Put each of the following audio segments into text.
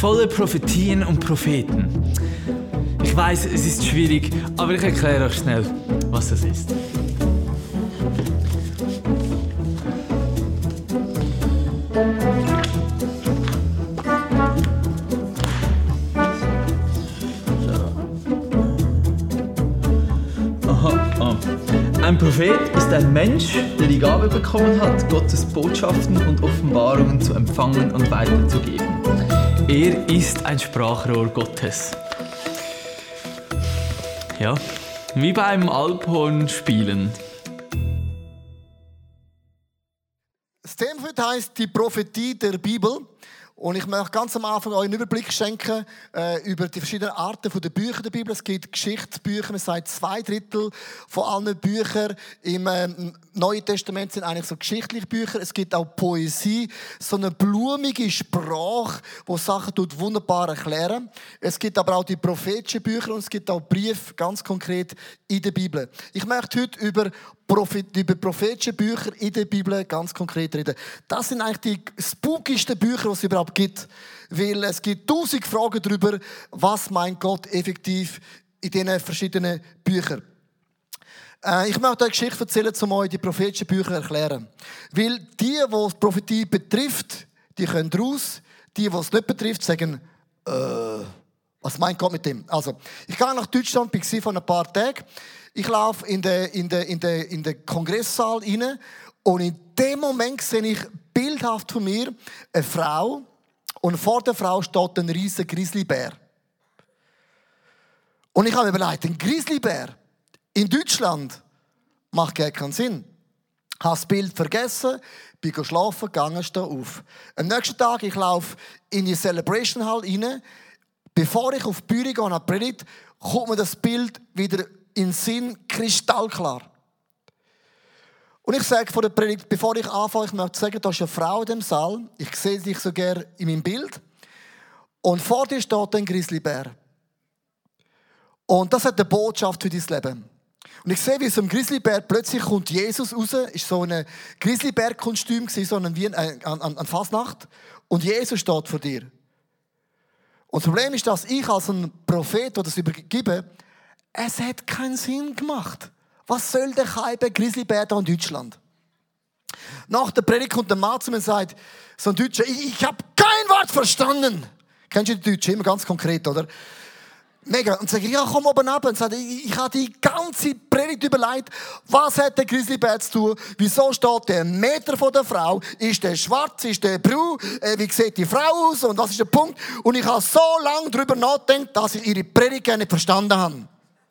voller Prophetien und Propheten. Ich weiß, es ist schwierig, aber ich erkläre euch schnell, was das ist. Ein Prophet ist ein Mensch, der die Gabe bekommen hat, Gottes Botschaften und Offenbarungen zu empfangen und weiterzugeben. Er ist ein Sprachrohr Gottes. Ja, wie beim Alphornspielen. Das Thema heute heisst die Prophetie der Bibel. Und ich möchte ganz am Anfang euch einen Überblick schenken über die verschiedenen Arten der Bücher der Bibel. Es gibt Geschichtsbücher, man sagt 2/3 von allen Büchern im Neuen Testament sind eigentlich so geschichtliche Bücher. Es gibt auch Poesie, so eine blumige Sprache, die Sachen wunderbar erklären. Es gibt aber auch die prophetischen Bücher und es gibt auch Briefe, ganz konkret in der Bibel. Ich möchte heute über prophetische Bücher in der Bibel ganz konkret reden. Das sind eigentlich die spookigsten Bücher, die es überhaupt gibt. Weil es gibt 1000 Fragen darüber, was meint Gott effektiv in diesen verschiedenen Büchern. Ich möchte euch eine Geschichte erzählen, um euch die prophetischen Bücher zu erklären. Weil die Prophetie betrifft, die können raus. Die es nicht betrifft, sagen, was meint Gott mit dem? Also, ich gehe nach Deutschland, war vor ein paar Tagen. Ich laufe in den Kongresssaal rein und in dem Moment sehe ich bildhaft von mir eine Frau und vor der Frau steht ein riesiger Grizzlybär. Und ich habe mir überlegt, ein Grizzlybär in Deutschland macht gar keinen Sinn. Ich habe das Bild vergessen, bin schlafen, gegangen, stehe auf. Am nächsten Tag, ich laufe in die Celebration Hall rein. Bevor ich auf die Bühne gehe und predige, kommt mir das Bild wieder in den Sinn, kristallklar. Und ich sage vor der Predigt, bevor ich anfange, ich möchte sagen, da ist eine Frau in dem Saal. Ich sehe dich so gerne in meinem Bild. Und vor dir steht ein Grizzlybär. Und das hat eine Botschaft für dein Leben. Und ich sehe, wie so ein Grizzlybär plötzlich kommt Jesus raus. Ist so ein Grizzlybär-Kostüm so wie an Fasnacht. Und Jesus steht vor dir. Und das Problem ist, dass ich als ein Prophet, der das übergebe, es hat keinen Sinn gemacht. Was soll der Kaibe Grizzlybär da in Deutschland? Nach der Predigt kommt der Mann zu mir und sagt, so ein Deutscher, ich habe kein Wort verstanden. Kennst du die Deutschen? Immer ganz konkret, oder? Mega. Und sage ich, ja, komm oben runter. Und sage, ich habe die ganze Predigt überlegt, was hat der Grizzlybär zu tun? Wieso steht der Meter von der Frau? Ist der schwarz? Ist der braun? Wie sieht die Frau aus? Und was ist der Punkt? Und ich habe so lange darüber nachgedacht, dass ich ihre Predigt gar nicht verstanden habe.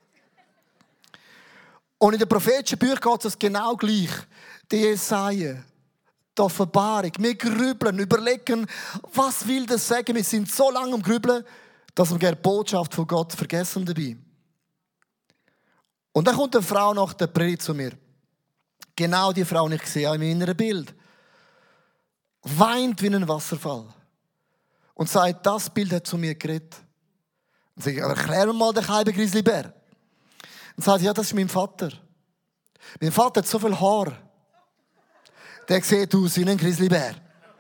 Und in den prophetischen Büchern geht es genau gleich. Die Jesaja, die Offenbarung. Wir grübeln, überlegen, was will das sagen? Wir sind so lange am Grübeln, dass wir gerne die Botschaft von Gott vergessen dabei. Und dann kommt eine Frau nach der Predigt zu mir. Genau die Frau, die ich sehe in meinem inneren Bild. Weint wie ein Wasserfall. Und sagt, das Bild hat zu mir geredet. Und sage ich, aber erklär mir mal den kleinen Grizzlybär. Und sagt, ja, das ist mein Vater. Mein Vater hat so viel Haar. Der sieht aus wie ein Grizzlybär.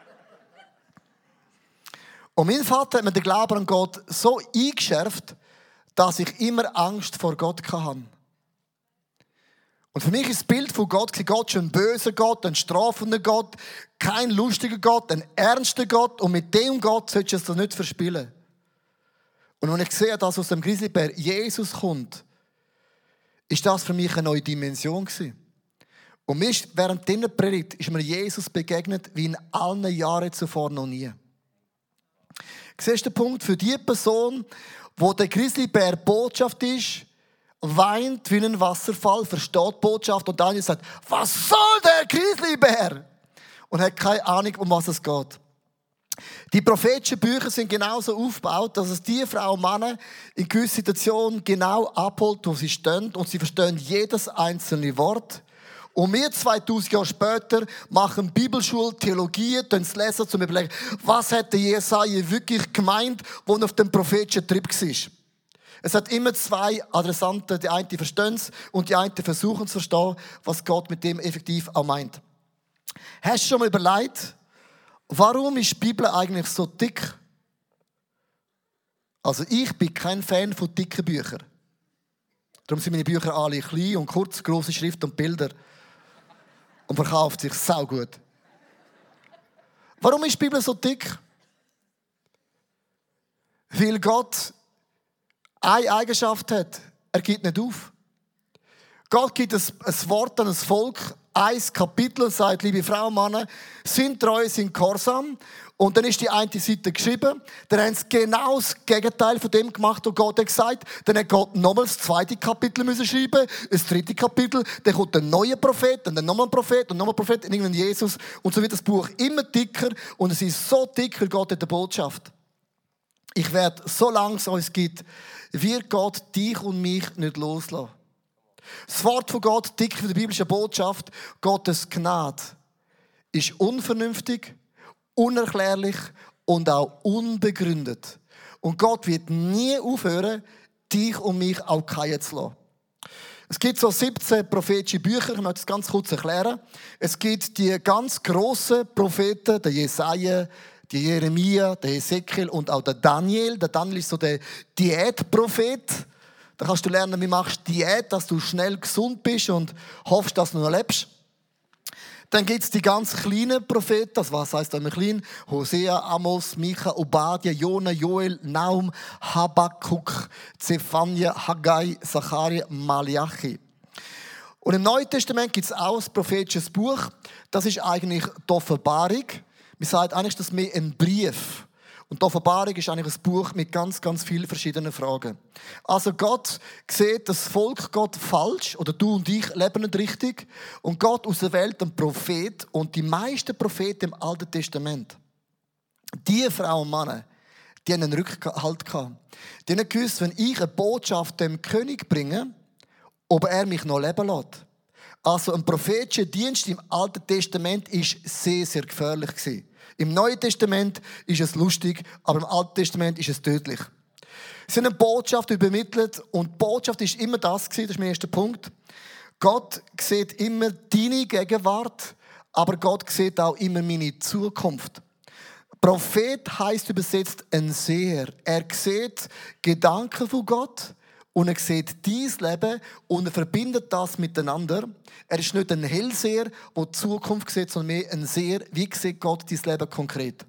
Und mein Vater hat mir den Glauben an Gott so eingeschärft, dass ich immer Angst vor Gott hatte. Und für mich ist das Bild von Gott ist ein böser Gott, ein strafender Gott, kein lustiger Gott, ein ernster Gott. Und mit dem Gott solltest du es nicht verspielen. Und wenn ich sehe, dass aus dem Grizzlybär Jesus kommt, ist das für mich eine neue Dimension gewesen. Und mir ist, während dieser Predigt ist mir Jesus begegnet wie in allen Jahren zuvor noch nie. Siehst du den Punkt? Für die Person, wo der Grizzlybär Botschaft ist, weint wie ein Wasserfall, versteht die Botschaft und dann sagt, was soll der Grizzlybär? Und hat keine Ahnung, um was es geht. Die prophetischen Bücher sind genauso aufgebaut, dass es die Frau und Männer in gewissen Situationen genau abholt, wo sie stehen und sie verstehen jedes einzelne Wort. Und wir 2000 Jahre später machen Bibelschule, Theologie, lesen es zum Überlegen, was hat der Jesaja wirklich gemeint, wo er auf dem prophetischen Trip war. Es hat immer zwei Adressanten, die eine verstehen es und die eine versuchen zu verstehen, was Gott mit dem effektiv auch meint. Hast du schon mal überlegt, warum ist die Bibel eigentlich so dick? Also ich bin kein Fan von dicken Büchern. Darum sind meine Bücher alle klein und kurz, grosse Schrift und Bilder. Und verkauft sich saugut. Warum ist die Bibel so dick? Weil Gott eine Eigenschaft hat. Er gibt nicht auf. Gott gibt ein Wort an ein Volk, ein Kapitel und sagt, liebe Frauen und Männer, sind treu, sind gehorsam. Und dann ist die eine Seite geschrieben. Dann haben sie genau das Gegenteil von dem gemacht, was Gott gesagt hat. Dann hat Gott nochmals das zweite Kapitel müssen schreiben, das dritte Kapitel. Dann kommt ein neuer Prophet, und dann nochmal ein Prophet und nochmal ein Prophet, und irgendwann Jesus. Und so wird das Buch immer dicker. Und es ist so dick, weil Gott hat eine Botschaft. Ich werde, solange es uns gibt, wird Gott dich und mich nicht loslassen. Das Wort von Gott, dick für die biblische Botschaft, Gottes Gnade, ist unvernünftig, unerklärlich und auch unbegründet. Und Gott wird nie aufhören, dich und mich auch fallen zu lassen. Es gibt so 17 prophetische Bücher, ich möchte es ganz kurz erklären. Es gibt die ganz grossen Propheten, der Jesaja, der Jeremia, der Ezekiel und auch der Daniel. Der Daniel ist so der Diätprophet. Da kannst du lernen, wie machst du Diät, dass du schnell gesund bist und hoffst, dass du noch lebst. Dann gibt es die ganz kleinen Propheten, das was heisst immer klein? Hosea, Amos, Micha, Obadja, Jona, Joel, Naum, Habakkuk, Zephania, Haggai, Zacharia, Malachi. Und im Neuen Testament gibt es auch ein prophetisches Buch. Das ist eigentlich die Offenbarung. Man sagt eigentlich, das ist mehr ein Brief. Und die Offenbarung ist eigentlich ein Buch mit ganz, ganz vielen verschiedenen Fragen. Also Gott sieht das Volk Gott falsch, oder du und ich leben nicht richtig. Und Gott aus der Welt ein Prophet. Und die meisten Propheten im Alten Testament, die Frauen und Männer, die haben einen Rückhalt gehabt. Die haben gewusst, wenn ich eine Botschaft dem König bringe, ob er mich noch leben lässt. Also ein prophetischer Dienst im Alten Testament war sehr, sehr gefährlich. Im Neuen Testament ist es lustig, aber im Alten Testament ist es tödlich. Sie haben eine Botschaft übermittelt und die Botschaft ist immer das ist mein erster Punkt. Gott sieht immer deine Gegenwart, aber Gott sieht auch immer meine Zukunft. Prophet heisst übersetzt ein Seher. Er sieht Gedanken von Gott und er sieht dein Leben und er verbindet das miteinander. Er ist nicht ein Hellseher, der die Zukunft sieht, sondern mehr ein Seher, wie sieht Gott dein Leben konkret.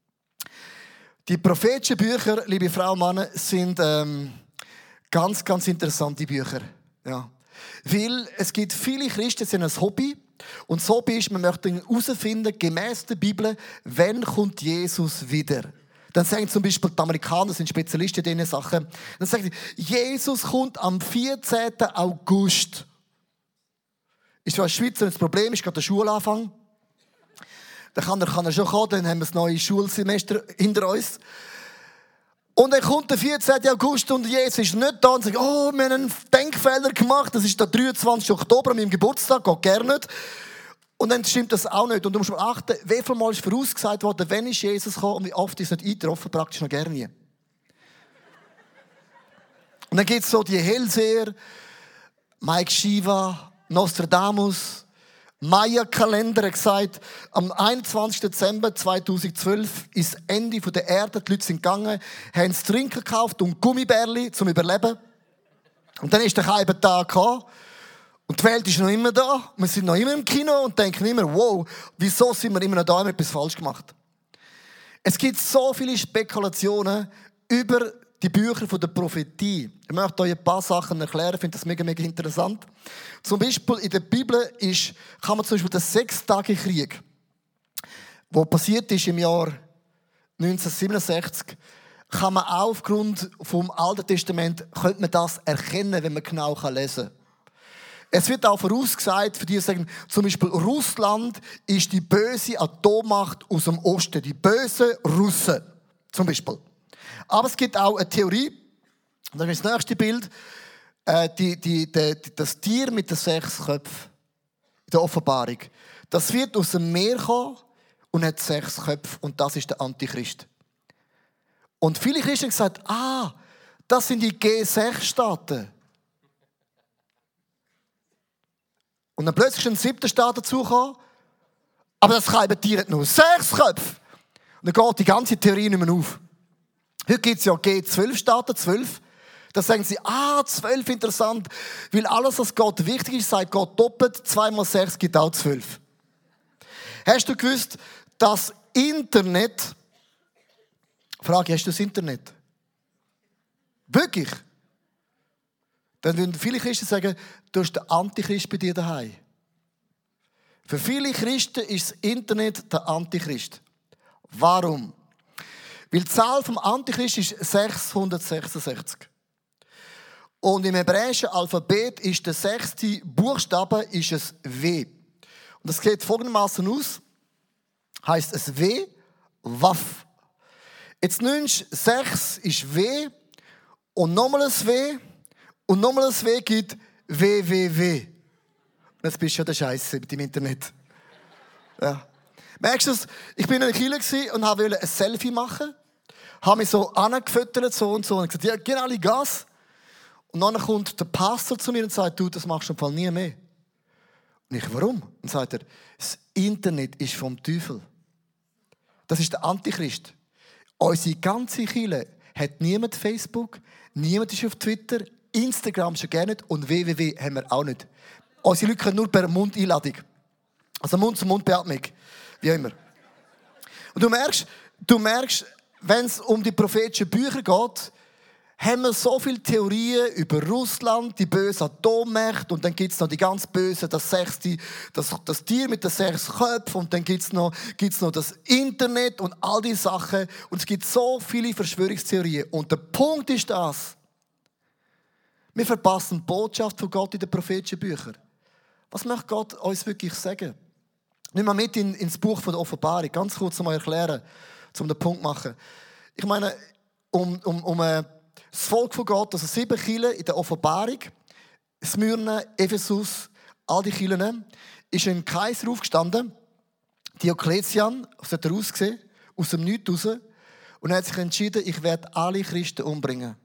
Die prophetischen Bücher, liebe Frauen und Männer, sind ganz, ganz interessante Bücher. Ja. Weil es gibt viele Christen, die haben ein Hobby. Und das Hobby ist, man möchte herausfinden, gemäss der Bibel, wann kommt Jesus wieder. Dann sagen zum Beispiel die Amerikaner, sind Spezialisten in diesen Sachen, dann sagen sie, Jesus kommt am 14. August. Ist zwar in der Schweiz das Problem, ist gerade der Schulanfang. Dann kann er schon kommen, dann haben wir das neue Schulsemester hinter uns. Und dann kommt der 14. August und Jesus ist nicht da und sagt, oh, wir haben einen Denkfehler gemacht, das ist der 23. Oktober, an meinem Geburtstag, geht gerne nicht. Und dann stimmt das auch nicht. Und du musst achten, wie viel Mal ist vorausgesagt worden, wenn ist Jesus gekommen und wie oft ist es nicht eingetroffen, praktisch noch gar nie. Und dann gibt es so die Hellseher, Mike Shiva, Nostradamus, Maya-Kalender hat gesagt, am 21. Dezember 2012 ist das Ende der Erde, die Leute sind gegangen, haben das Trinken gekauft und Gummibärli zum Überleben. Und dann ist der halbe Tag gekommen. Und die Welt ist noch immer da. Wir sind noch immer im Kino und denken immer, wow, wieso sind wir immer noch da, haben wir etwas falsch gemacht. Es gibt so viele Spekulationen über die Bücher der Prophetie. Ich möchte euch ein paar Sachen erklären, ich finde das mega, mega interessant. Zum Beispiel in der Bibel kann man zum Beispiel den 6-Tage-Krieg, der passiert ist im Jahr 1967, kann man auch aufgrund vom Alten Testament, könnte man das erkennen, wenn man genau lesen kann. Es wird auch vorausgesagt, für die sagen, zum Beispiel Russland ist die böse Atommacht aus dem Osten, die bösen Russen, zum Beispiel. Aber es gibt auch eine Theorie, das ist das nächste Bild, das Tier mit den 6 Köpfen, in der Offenbarung. Das wird aus dem Meer kommen und hat 6 Köpfe und das ist der Antichrist. Und viele Christen haben gesagt, das sind die G6-Staaten. Und dann plötzlich ist ein 7. Staat dazugekommen, aber das Tier hat nur 6 Köpfe. Und dann geht die ganze Theorie nicht mehr auf. Heute gibt es ja G12-Staaten, 12. Da sagen sie, 12 interessant, weil alles, was Gott wichtig ist, sagt Gott doppelt, 2 mal 6 gibt auch 12. Hast du gewusst, dass Internet, Frage, hast du das Internet? Wirklich? Dann würden viele Christen sagen, du hast den Antichrist bei dir daheim. Für viele Christen ist das Internet der Antichrist. Warum? Weil die Zahl vom Antichrist ist 666. Und im hebräischen Alphabet ist der 6. Buchstabe ist es W. Und das sieht folgendermaßen aus. Heißt es W, Waff. Jetzt nimmst du 6 ist W und nochmal ein W und nochmal ein W gibt WWW. Und jetzt bist du ja der Scheiße mit dem Internet. Ja. Merkst du es? Ich bin in der Kirche und wollte ein Selfie machen. Habe mich so angefüttert so und gesagt, ja, gib alle Gas. Und dann kommt der Pastor zu mir und sagt, du, das machst du im Fall nie mehr. Und ich, warum? Und sagt er, das Internet ist vom Teufel. Das ist der Antichrist. Unsere ganze Kirche hat niemand Facebook, niemand ist auf Twitter, Instagram schon gar nicht und www haben wir auch nicht. Unsere Leute können nur per Mundeinladung. Also Mund-zu-Mund-Beatmung. Wie immer. Und du merkst, wenn es um die prophetischen Bücher geht, haben wir so viele Theorien über Russland, die böse Atommächte und dann gibt es noch die ganz böse, das Tier mit den 6 Köpfen und dann gibt's noch das Internet und all diese Sachen und es gibt so viele Verschwörungstheorien. Und der Punkt ist das, wir verpassen die Botschaft von Gott in den prophetischen Büchern. Was möchte Gott uns wirklich sagen? Nimm mal mit ins Buch von der Offenbarung, ganz kurz mal erklären, um den Punkt zu machen. Ich meine, das Volk von Gott, also 7 Kirchen in der Offenbarung, Smyrna, Ephesus, all die Kirchen, ist ein Kaiser aufgestanden, Diokletian, so hat er ausgesehen, aus dem Nichts raus, und er hat sich entschieden, ich werde alle Christen umbringen.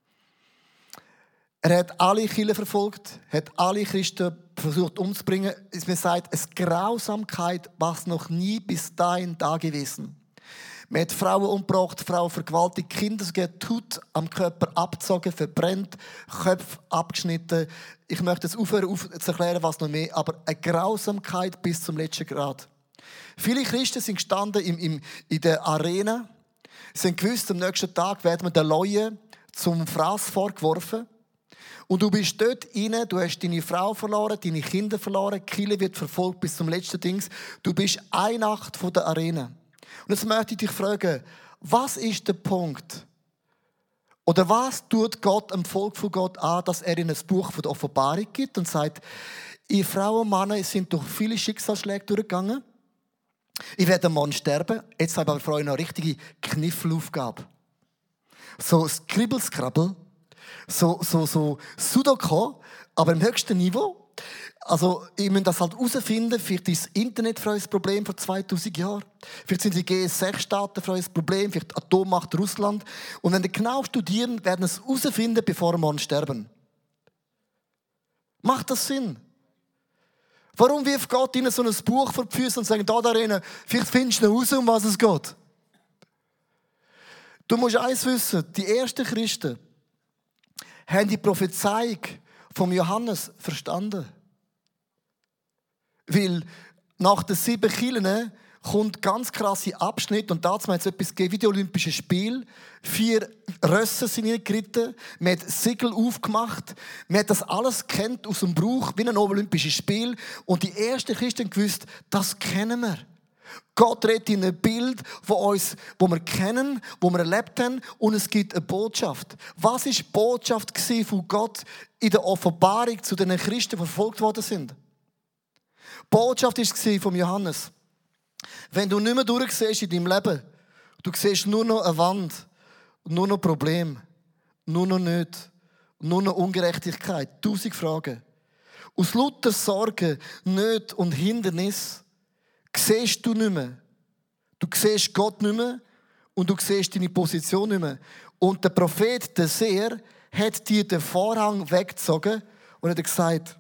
Er hat alle Kirchen verfolgt, hat alle Christen versucht umzubringen. Man sagt, es ist Grausamkeit, was noch nie bis dahin da gewesen. Man hat Frauen umgebracht, Frauen vergewaltigt, Kinder sogar tot am Körper abgezogen, verbrennt, Köpfe abgeschnitten. Ich möchte jetzt aufhören zu erklären, was noch mehr, aber eine Grausamkeit bis zum letzten Grad. Viele Christen sind gestanden in der Arena. Sie haben gewusst, am nächsten Tag werden wir den Leuen zum Fraß vorgeworfen. Und du bist dort rein, du hast deine Frau verloren, deine Kinder verloren, die Kirche wird verfolgt bis zum letzten Dings. Du bist eine Nacht von der Arena. Und jetzt möchte ich dich fragen, was ist der Punkt? Oder was tut Gott dem Volk von Gott an, dass er ihnen ein Buch von der Offenbarung gibt und sagt, ihr Frauen und Männer sind durch viele Schicksalsschläge durchgegangen. Ich werde morgen sterben. Jetzt habe ich aber für euch noch eine richtige Kniffelaufgabe. So Skribbelskrabbel, so Sudoku, aber im höchsten Niveau. Also, ihr müsst das halt herausfinden. Vielleicht ist das Internet für euch ein Problem vor 2000 Jahren. Vielleicht sind die G6-Staaten für euch ein Problem. Vielleicht Atommacht Russland. Und wenn ihr genau studieren, werden sie es herausfinden, bevor wir morgen sterben. Macht das Sinn? Warum wirft Gott ihnen so ein Buch vor die Füße und sagt, da darin, vielleicht findest du heraus, um was es geht? Du musst eins wissen, die ersten Christen haben die Prophezeiung vom Johannes verstanden. Weil nach den 7 Kirchen kommt ganz krasse Abschnitt und dazu hat es etwas gegeben wie die Olympischen Spiele. 4 Rösser sind geritten, man hat Siegel aufgemacht, man hat das alles kennt aus dem Brauch wie ein Olympisches Spiel und die ersten Christen gewusst, das kennen wir. Gott redet in ein Bild von uns, wo wir kennen, wo wir erlebt haben und es gibt eine Botschaft. Was war die Botschaft von Gott in der Offenbarung zu den Christen, die verfolgt worden sind? Die Botschaft war von Johannes. Wenn du nicht mehr durchsiehst in deinem Leben, du siehst nur noch eine Wand, nur noch Probleme, nur noch nicht, nur noch Ungerechtigkeit, 1000 Fragen. Aus lauter Sorgen, Nöte und Hindernis siehst du nicht mehr. Du siehst Gott nicht mehr und du siehst deine Position nicht mehr. Und der Prophet, der Seher, hat dir den Vorhang weggezogen und hat gesagt,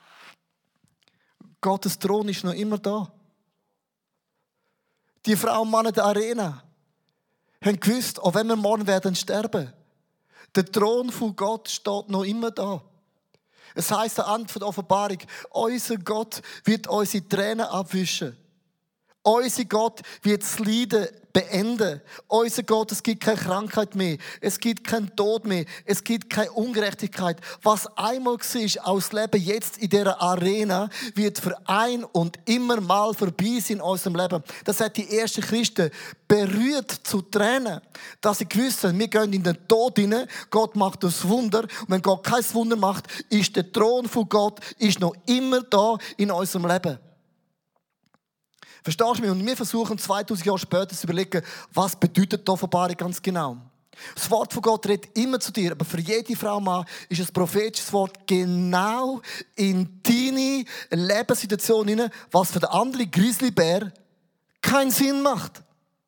Gottes Thron ist noch immer da. Die Frau und Mann in der Arena. haben gewusst, auch wenn wir morgen werden sterben, der Thron von Gott steht noch immer da. Es heisst am Ende der Offenbarung, unser Gott wird unsere Tränen abwischen. Unser Gott wird das Leiden beenden. Unser Gott, es gibt keine Krankheit mehr. Es gibt keinen Tod mehr. Es gibt keine Ungerechtigkeit. Was einmal war, aus Leben jetzt in dieser Arena, wird für ein und immer mal vorbei sein in unserem Leben. Das hat die ersten Christen berührt zu Tränen, dass sie gewusst haben, wir gehen in den Tod hinein, Gott macht das Wunder. Und wenn Gott kein Wunder macht, ist der Thron von Gott ist noch immer da in unserem Leben. Verstehst du mich? Und wir versuchen 2000 Jahre später zu überlegen, was bedeutet die Offenbarung ganz genau. Das Wort von Gott redet immer zu dir, aber für jede Frau und Mann ist ein prophetisches Wort genau in deine Lebenssituation hinein, was für den anderen Grizzlybär keinen Sinn macht.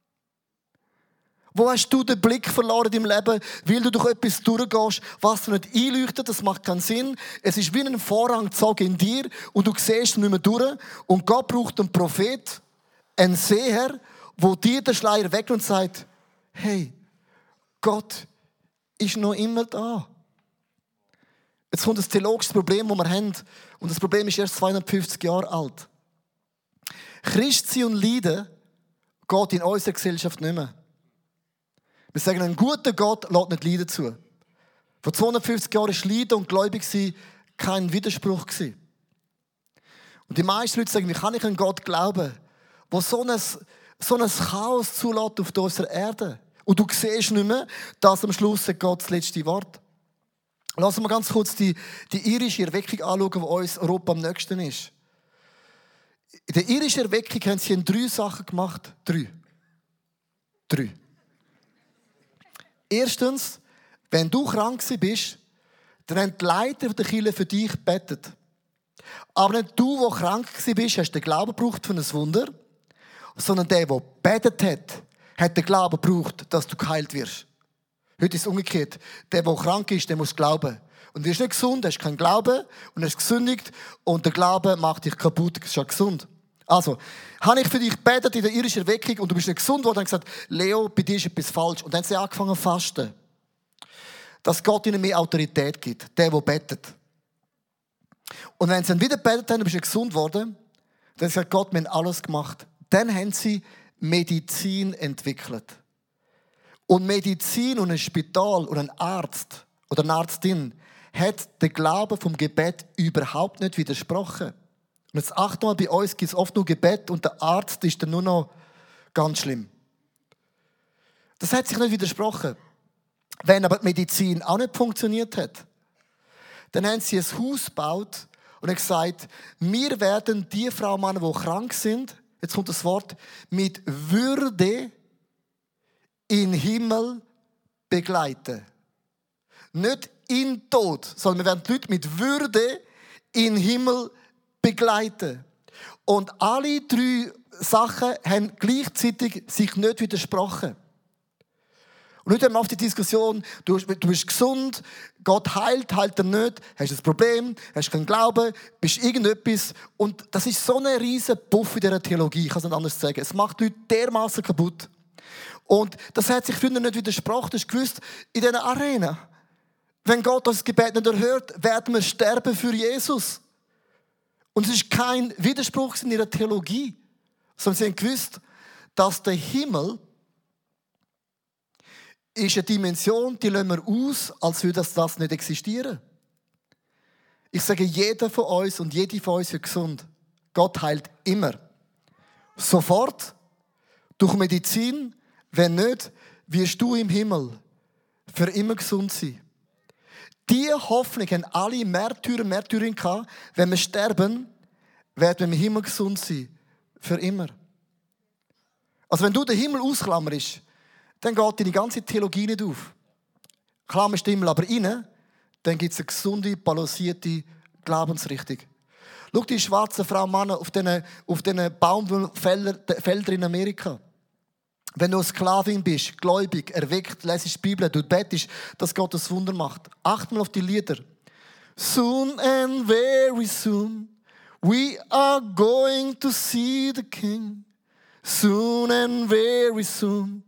Wo hast du den Blick verloren in deinem Leben, weil du durch etwas durchgehst, was dir nicht einleuchtet, das macht keinen Sinn. Es ist wie ein Vorhang gezogen in dir und du siehst nicht mehr durch. Und Gott braucht einen Prophet, einen Seher, der dir den Schleier weckt und sagt, hey, Gott ist noch immer da. Jetzt kommt das theologische Problem, das wir haben. Und das Problem ist erst 250 Jahre alt. Christsein und Leiden geht in unserer Gesellschaft nicht mehr. Wir sagen, ein guter Gott lässt nicht Leiden zu. Vor 250 Jahren war Leiden und gläubig sein kein Widerspruch. Und die meisten Leute sagen, wie kann ich an Gott glauben, der so ein Chaos zulässt auf unserer Erde. Und du siehst nicht mehr, dass am Schluss Gott das letzte Wort. Lass uns mal ganz kurz die irische Erweckung anschauen, die uns Europa am nächsten ist. In der irischen Erweckung haben sie 3 Sachen gemacht. 3. Erstens, wenn du krank bist, dann haben die Leiter der Kirche für dich gebetet. Aber nicht du, der krank bist, hast den Glauben gebraucht für ein Wunder, sondern der gebetet hat den Glauben gebraucht, dass du geheilt wirst. Heute ist es umgekehrt. Der krank ist, der muss glauben. Und du bist nicht gesund, hast keinen Glauben und hast gesündigt und der Glaube macht dich kaputt, du bist schon gesund. Also, habe ich für dich gebetet in der irischen Erweckung und du bist nicht gesund worden und gesagt, Leo, bei dir ist etwas falsch. Und dann haben sie angefangen zu fasten. Dass Gott ihnen mehr Autorität gibt, der betet. Und wenn sie dann wieder gebetet haben, du bist nicht gesund worden, dann haben sie gesagt, Gott, wir haben alles gemacht. Dann haben sie Medizin entwickelt. Und Medizin und ein Spital und ein Arzt oder eine Arztin hat den Glauben vom Gebet überhaupt nicht widersprochen. Und jetzt achte mal, bei uns gibt es oft nur Gebet und der Arzt ist dann nur noch ganz schlimm. Das hat sich nicht widersprochen. Wenn aber die Medizin auch nicht funktioniert hat, dann haben sie ein Haus gebaut und haben gesagt, wir werden die Frauen und Männer, die krank sind, jetzt kommt das Wort, mit Würde in den Himmel begleiten. Nicht in Tod, sondern wir werden die Leute mit Würde in den Himmel begleiten. Und alle 3 Sachen haben gleichzeitig sich nicht widersprochen. Und heute haben wir oft die Diskussion, du bist gesund, Gott heilt er nicht, hast ein Problem, hast keinen Glauben, bist irgendetwas. Und das ist so eine riesen Puff in dieser Theologie, ich kann es nicht anders sagen. Es macht die Leute dermaßen kaputt. Und das hat sich früher nicht widersprochen, das ist gewusst, in dieser Arena. Wenn Gott das Gebet nicht erhört, werden wir sterben für Jesus. Und es ist kein Widerspruch in ihrer Theologie, sondern sie haben gewusst, dass der Himmel ist eine Dimension, die lassen wir aus, als würde das nicht existieren. Ich sage, jeder von uns und jede von uns wird gesund. Gott heilt immer. Sofort, durch Medizin, wenn nicht, wirst du im Himmel für immer gesund sein. Diese Hoffnung haben alle Märtyrer und Märtyrerinnen gehabt. Wenn wir sterben, werden wir im Himmel gesund sein. Für immer. Also wenn du den Himmel ausklammerst, dann geht deine ganze Theologie nicht auf. Klammerst den Himmel aber rein, dann gibt es eine gesunde, balancierte Glaubensrichtung. Schau die schwarzen Frauen und Männer auf diesen Baumwollfeldern in Amerika. Wenn du eine Sklavin bist, gläubig, erweckt, lesest die Bibel, du betest, dass Gott das Wunder macht. Achte mal auf die Lieder. Soon and very soon we are going to see the King. Soon and very soon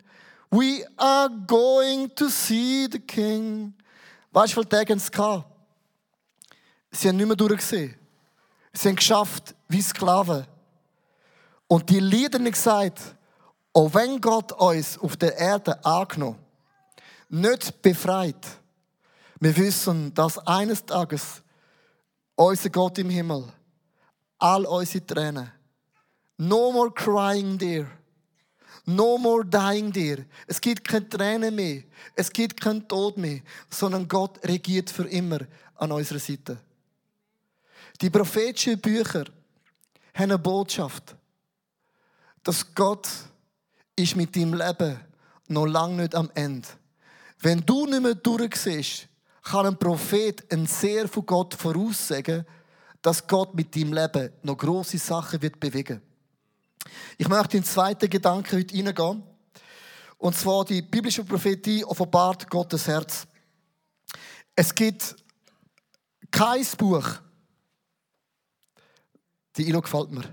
We are going to see the King. Weißt du, wie viele Tage es hatte? Sie haben nicht mehr durchgesehen. Sie haben geschafft wie Sklaven. Und die Lieder haben gesagt, auch wenn Gott uns auf der Erde angenommen, nicht befreit, wir wissen, dass eines Tages unser Gott im Himmel all unsere Tränen, no more crying there, no more dying there. Es gibt keine Tränen mehr, es gibt keinen Tod mehr, sondern Gott regiert für immer an unserer Seite. Die prophetischen Bücher haben eine Botschaft, dass Gott ist mit deinem Leben noch lange nicht am Ende. Wenn du nicht mehr durchsiehst, kann ein Prophet ein Seher von Gott voraussagen, dass Gott mit deinem Leben noch grosse Sachen wird bewegen. Ich möchte in den zweiten Gedanken heute hineingehen. Und zwar die biblische Prophetie offenbart Gottes Herz. Es gibt kein Buch. Die Ilo gefällt mir.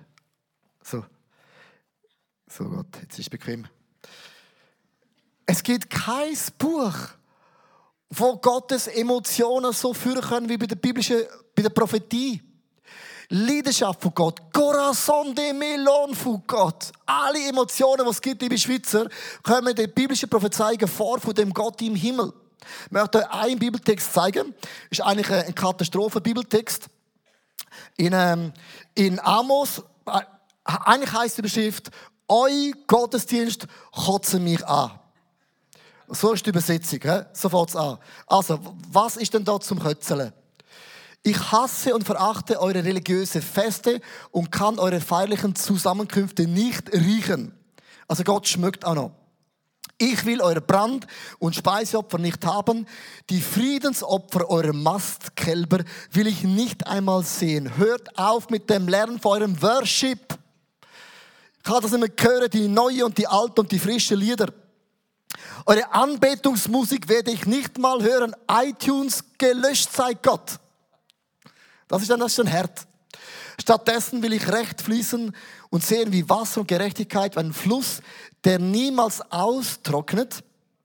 So Gott, jetzt ist es bequem. Es gibt kein Buch, wo Gottes Emotionen so führen können wie bei der Prophetie. Leidenschaft von Gott, Corazon de Melon von Gott. Alle Emotionen, die es gibt, liebe Schweizer, kommen den biblischen Prophezeiungen vor von dem Gott im Himmel. Ich möchte euch einen Bibeltext zeigen. Das ist eigentlich ein Katastrophen-Bibeltext. In Amos, eigentlich heisst die Überschrift, «Eu Gottesdienst kotzen mich an». So ist die Übersetzung, so fängt es an. Also, was ist denn da zum Kötzeln? Ich hasse und verachte eure religiösen Feste und kann eure feierlichen Zusammenkünfte nicht riechen. Also Gott schmeckt auch noch. Ich will eure Brand- und Speiseopfer nicht haben. Die Friedensopfer eurer Mastkälber will ich nicht einmal sehen. Hört auf mit dem Lernen von eurem Worship. Ich kann das nicht mehr hören, die neue und die alte und die frische Lieder. Eure Anbetungsmusik werde ich nicht mal hören. iTunes gelöscht sei Gott. Das ist dann hart. Stattdessen will ich Recht fließen und sehen wie Wasser und Gerechtigkeit wie ein Fluss, der niemals austrocknet.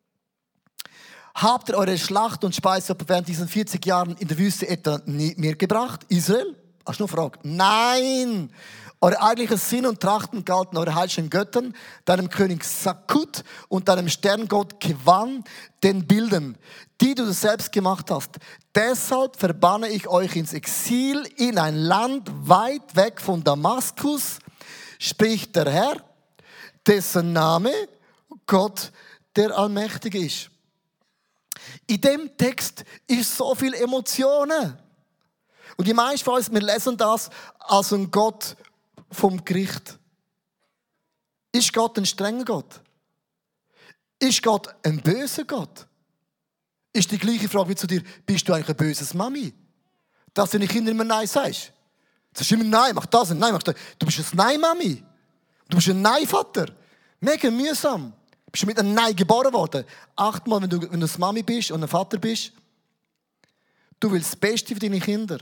Habt ihr eure Schlacht- und Speiseopfer während diesen 40 Jahren in der Wüste etwa nie mehr gebracht? Israel? Hast du noch eine Frage? Nein! Eure eigentlichen Sinn und Trachten galten eure heiligen Göttern, deinem König Sakut und deinem Sterngott Kivan, den Bildern, die du selbst gemacht hast. Deshalb verbanne ich euch ins Exil in ein Land weit weg von Damaskus, spricht der Herr, dessen Name Gott der Allmächtige ist. In dem Text ist so viel Emotionen. Und die meisten von uns, wir lesen das als ein Gott vom Gericht. Ist Gott ein strenger Gott? Ist Gott ein böser Gott? Ist die gleiche Frage wie zu dir, bist du eigentlich ein böses Mami? Dass du deinen Kindern immer Nein sagst. Du sagst immer Nein, mach das und Nein, mach das. Du bist ein Nein-Mami. Du bist ein Nein-Vater. Mega mühsam. Du bist mit einem Nein geboren worden. 8-mal, wenn du eine Mami bist und ein Vater bist. Du willst das Beste für deine Kinder.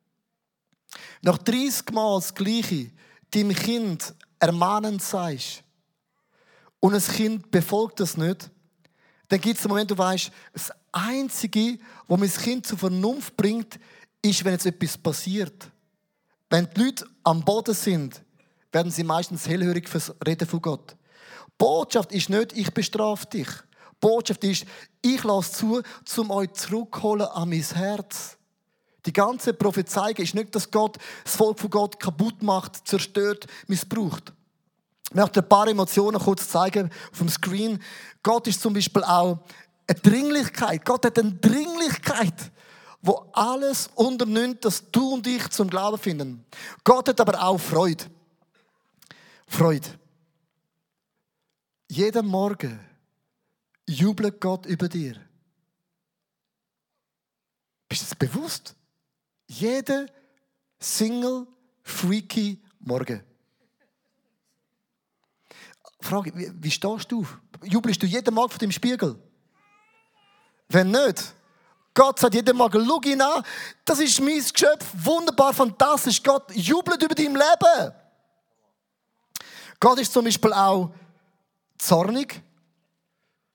Nach 30 Mal das Gleiche deinem Kind ermahnend sagst und ein Kind befolgt das nicht, dann gibt es einen Moment, wo du weißt, das Einzige, was mein Kind zur Vernunft bringt, ist, wenn jetzt etwas passiert. Wenn die Leute am Boden sind, werden sie meistens hellhörig fürs Reden von Gott. Botschaft ist nicht, ich bestrafe dich. Botschaft ist, ich lasse zu, um euch zurückholen an mein Herz. Die ganze Prophezeiung ist nicht, dass Gott das Volk von Gott kaputt macht, zerstört, missbraucht. Ich möchte ein paar Emotionen kurz zeigen auf dem Screen. Gott ist zum Beispiel auch eine Dringlichkeit. Gott hat eine Dringlichkeit, wo alles unternimmt, dass du und ich zum Glauben finden. Gott hat aber auch Freude. Freude. Jeden Morgen jubelt Gott über dir. Bist du das bewusst? Jeder Single, freaky Morgen. Frage, wie stehst du? Jubelst du jeden Morgen vor dem Spiegel? Wenn nicht, Gott sagt jeden Morgen, schau ihn an, das ist mein Geschöpf, wunderbar, fantastisch. Gott jubelt über dein Leben. Gott ist zum Beispiel auch zornig.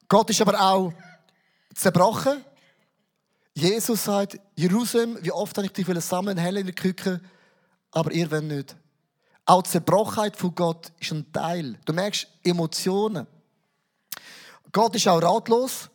Gott ist aber auch zerbrochen. Jesus sagt, Jerusalem, wie oft habe ich dich sammeln, hell in der Küche, aber ihr wollt nicht. Auch die Zerbrochenheit von Gott ist ein Teil. Du merkst Emotionen. Gott ist auch ratlos.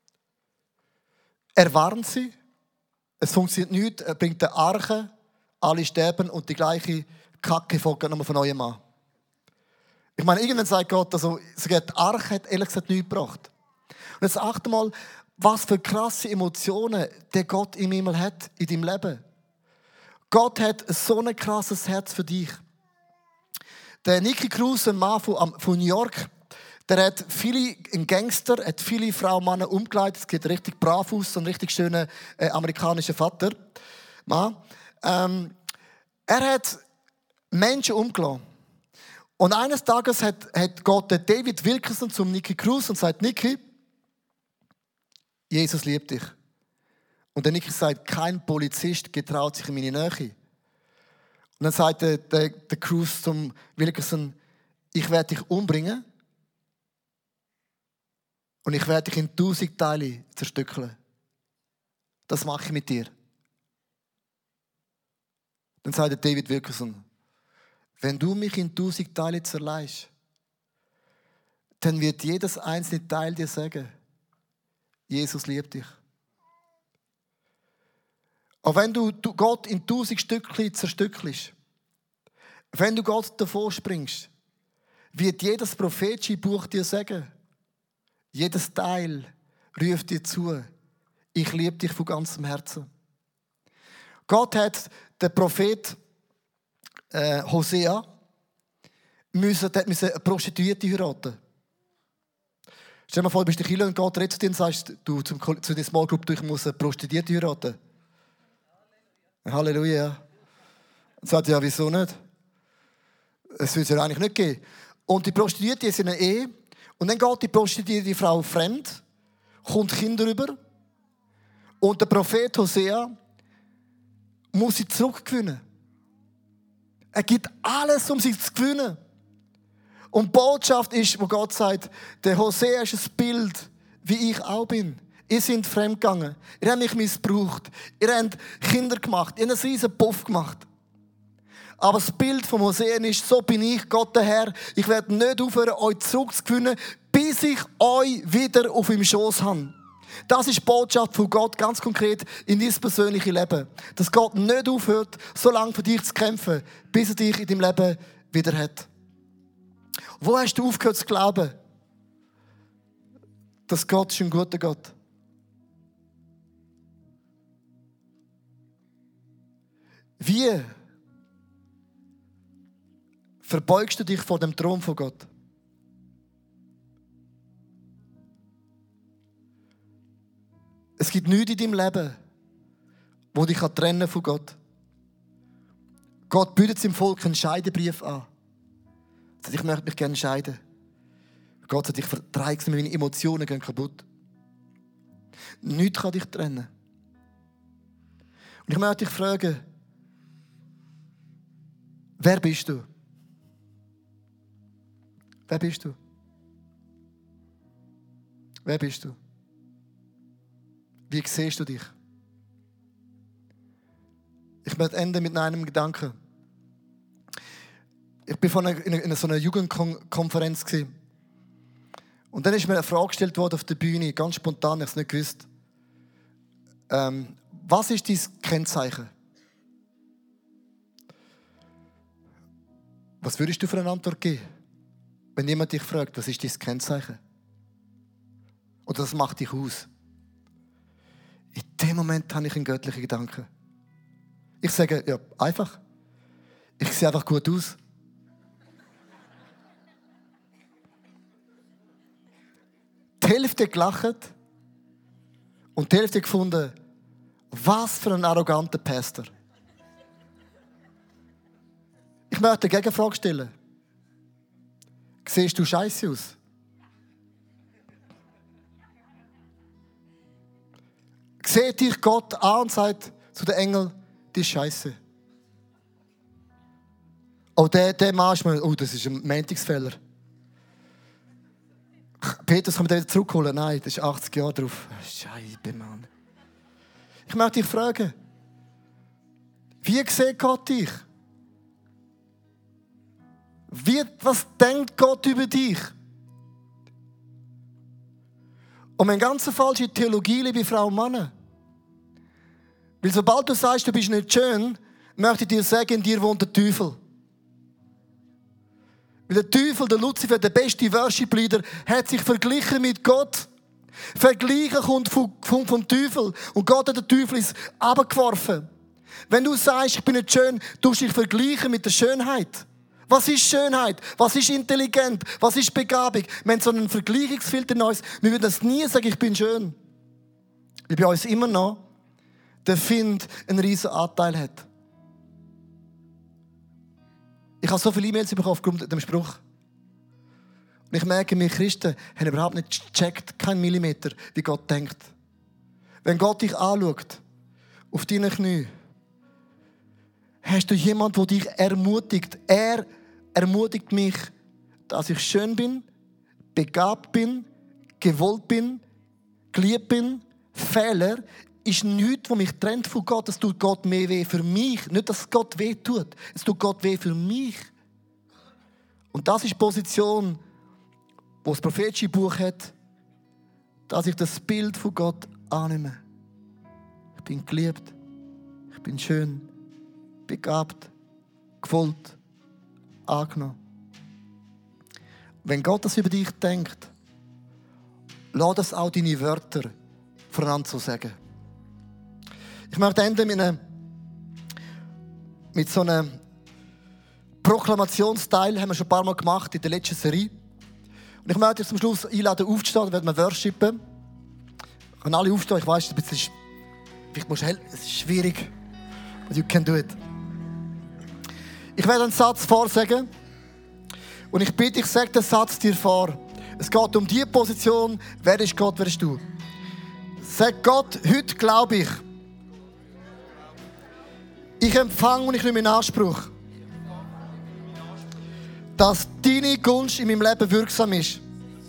Er warnt sie. Es funktioniert nicht. Er bringt den Arche, alle sterben und die gleiche Kacke folgt nochmal von neuem an. Ich meine, irgendwann sagt Gott, also, die Arche hat ehrlich gesagt nichts gebracht. Und jetzt achte mal, was für krasse Emotionen der Gott im Himmel hat in deinem Leben. Gott hat so ein krasses Herz für dich. Der Nicky Cruz, ein Mann von New York, der hat ein Gangster, hat viele Frauen und Männer umgeleitet. Es geht richtig brav aus, so ein richtig schöner amerikanischer Vater. Mann. Er hat Menschen umgelassen. Und eines Tages hat Gott den David Wilkerson zum Nicky Cruz und sagt, Nicky, Jesus liebt dich. Und der Nicky sagt, kein Polizist getraut sich in meine Nähe. Und dann sagt der Cruz zum Wilkerson, ich werde dich umbringen und ich werde dich in 1000 Teile zerstückeln. Das mache ich mit dir. Dann sagt der David Wilkerson, wenn du mich in 1000 Teile zerleihst, dann wird jedes einzelne Teil dir sagen, Jesus liebt dich. Auch wenn du Gott in 1000 Stückchen zerstückelst, wenn du Gott davor springst, wird jedes prophetische Buch dir sagen, jedes Teil ruft dir zu, ich liebe dich von ganzem Herzen. Gott hat den Prophet Hosea müssen eine Prostituierte heiraten. Stell dir mal vor, du bist in der Kirche und Gott redet zu dir und sagst, du zu der Small Group, ich muss eine Prostituierte heiraten. Halleluja. Und sagt, ja, wieso nicht? Es würde es ja eigentlich nicht geben. Und die Prostituierte ist in einer Ehe. Und dann geht die prostituierte Frau fremd, kommt Kinder rüber. Und der Prophet Hosea muss sie zurückgewinnen. Er gibt alles, um sie zu gewinnen. Und die Botschaft ist, wo Gott sagt, der Hosea ist ein Bild, wie ich auch bin. Ihr seid fremdgegangen. Ihr habt mich missbraucht. Ihr habt Kinder gemacht. Ihr habt einen riesen Puff gemacht. Aber das Bild vom Hosea ist, so bin ich, Gott der Herr. Ich werde nicht aufhören, euch zurückzugewinnen, bis ich euch wieder auf dem Schoß habe. Das ist die Botschaft von Gott, ganz konkret in dein persönliches Leben. Dass Gott nicht aufhört, so lange für dich zu kämpfen, bis er dich in deinem Leben wieder hat. Wo hast du aufgehört zu glauben, dass Gott ist ein guter Gott ist? Wie verbeugst du dich vor dem Thron von Gott? Es gibt nichts in deinem Leben, das dich trennen kann von Gott. Gott bietet seinem Volk einen Scheidebrief an. Er sagt, ich möchte mich gerne scheiden. Gott sagt, ich vertreibe es, meine Emotionen gehen kaputt. Nichts kann dich trennen. Und ich möchte dich fragen, wer bist du? Wer bist du? Wer bist du? Wie siehst du dich? Ich möchte enden mit einem Gedanken. Ich war in so einer Jugendkonferenz. Und dann ist mir eine Frage gestellt worden auf der Bühne, ganz spontan, ich habe es nicht gewusst. Was ist dein Kennzeichen? Was würdest du für eine Antwort geben, wenn jemand dich fragt, was ist dein Kennzeichen? Oder was macht dich aus? In dem Moment habe ich einen göttlichen Gedanken. Ich sage, ja, einfach. Ich sehe einfach gut aus. Die Hälfte gelacht und die Hälfte gefunden, was für ein arroganter Pastor. Ich möchte eine Gegenfrage stellen. Siehst du scheiße aus? Seht dich Gott an und sagt zu den Engeln, die ist scheiße. Oh, der Mann ist mir, oh, das ist ein Mäntigsfehler. Petrus, kann man den wieder zurückholen? Nein, das ist 80 Jahre drauf. Scheiße, Mann. Ich möchte dich fragen, wie sieht Gott dich? Was denkt Gott über dich? Und eine ganz falsche Theologie, liebe Frauen und Männer. Weil sobald du sagst, du bist nicht schön, möchte ich dir sagen, in dir wohnt der Teufel. Weil der Teufel, der Luzifer, der beste Worship-Leader, hat sich verglichen mit Gott. Vergleichen kommt vom Teufel. Und Gott hat den Teufel ins abgeworfen. Wenn du sagst, ich bin nicht schön, tust du dich vergleichen mit der Schönheit. Was ist Schönheit? Was ist intelligent? Was ist Begabung? Wir haben so einen Vergleichungsfilter in uns. Wir würden das nie sagen, ich bin schön. Weil bei uns immer noch der Find einen riesen Anteil hat. Ich habe so viele E-Mails bekommen aufgrund dem Spruch. Und ich merke, wir Christen haben überhaupt nicht gecheckt, kein Millimeter, wie Gott denkt. Wenn Gott dich anschaut, auf deinen Knien, hast du jemanden, der dich ermutigt. Er ermutigt mich, dass ich schön bin, begabt bin, gewollt bin, geliebt bin. Fehler ist nichts, was mich trennt von Gott. Es tut Gott mehr weh für mich. Nicht, dass es Gott weh tut. Es tut Gott weh für mich. Und das ist die Position, die das prophetische Buch hat, dass ich das Bild von Gott annehme. Ich bin geliebt. Ich bin schön. Begabt. Gewollt. Angenommen. Wenn Gott das über dich denkt, lass das auch deine Wörter voneinander so sagen. Ich möchte enden mit so einem Proklamationsteil, haben wir schon ein paar Mal gemacht in der letzten Serie. Und ich möchte dich zum Schluss einladen, aufzustehen, dann werden wir worshipen. Können alle aufstehen, ich weiss, vielleicht musst du helfen, es ist schwierig, but you can do it. Ich werde einen Satz vorsagen und ich bitte, ich sage den Satz dir vor. Es geht um die Position, wer ist Gott, wer bist du? Sag Gott, heute glaube ich. Ich empfange und ich nehme in Anspruch, dass deine Gunst in meinem Leben wirksam ist.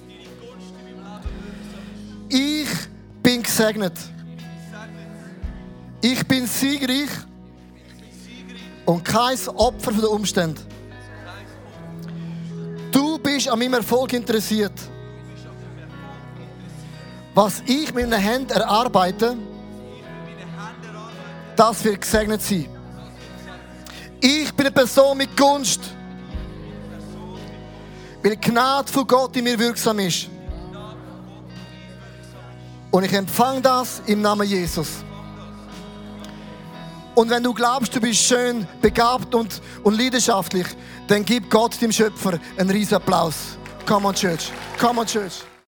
Ich bin gesegnet. Ich bin siegreich und kein Opfer der Umstände. Du bist an meinem Erfolg interessiert. Was ich mit meinen Händen erarbeite, das wird gesegnet sein. Ich bin eine Person mit Gunst, weil die Gnade von Gott in mir wirksam ist. Und ich empfange das im Namen Jesus. Und wenn du glaubst, du bist schön, begabt und leidenschaftlich, dann gib Gott, dem Schöpfer, einen riesen Applaus. Come on, Church. Come on, Church.